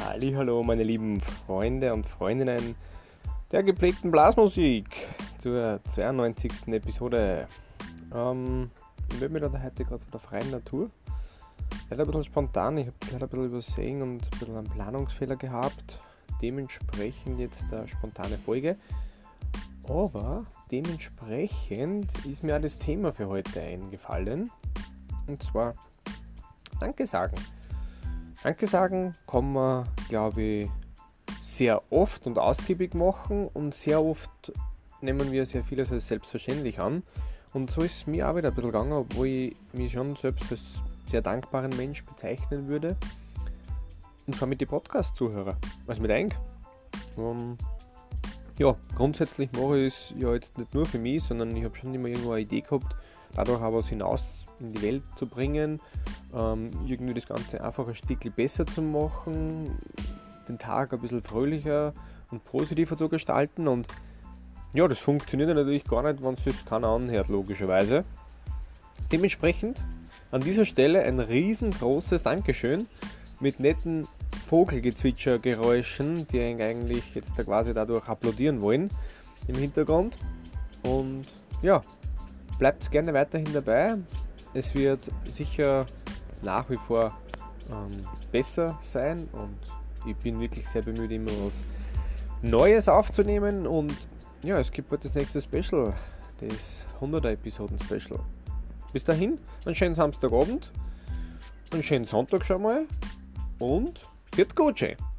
Hallihallo, meine lieben Freunde und Freundinnen der gepflegten Blasmusik zur 92. Episode. Ich melde mich da heute gerade von der freien Natur. Leider ein bisschen spontan, ich habe leider ein bisschen übersehen und ein bisschen einen Planungsfehler gehabt. Dementsprechend jetzt eine spontane Folge. Aber dementsprechend ist mir auch das Thema für heute eingefallen. Und zwar Danke sagen. Danke sagen kann man, glaube ich, sehr oft und ausgiebig machen und sehr oft nehmen wir sehr vieles als selbstverständlich an. Und so ist es mir auch wieder ein bisschen gegangen, obwohl ich mich schon selbst als sehr dankbaren Mensch bezeichnen würde. Und zwar mit den Podcast-Zuhörern, also mit euch. Grundsätzlich mache ich es ja jetzt nicht nur für mich, sondern ich habe schon immer irgendwo eine Idee gehabt, dadurch auch was hinaus in die Welt zu bringen, irgendwie das Ganze einfach ein Stückchen besser zu machen, den Tag ein bisschen fröhlicher und positiver zu gestalten. Und ja, das funktioniert natürlich gar nicht, wenn es das keiner anhört, logischerweise. Dementsprechend an dieser Stelle ein riesengroßes Dankeschön mit netten Vogelgezwitschergeräuschen, die eigentlich jetzt da quasi dadurch applaudieren wollen im Hintergrund. Und ja, bleibt gerne weiterhin dabei. Es wird sicher nach wie vor besser sein und ich bin wirklich sehr bemüht, immer was Neues aufzunehmen. Und ja, es gibt bald das nächste Special, das 100er Episoden Special. Bis dahin, einen schönen Samstagabend, einen schönen Sonntag schon mal und wird gut schön.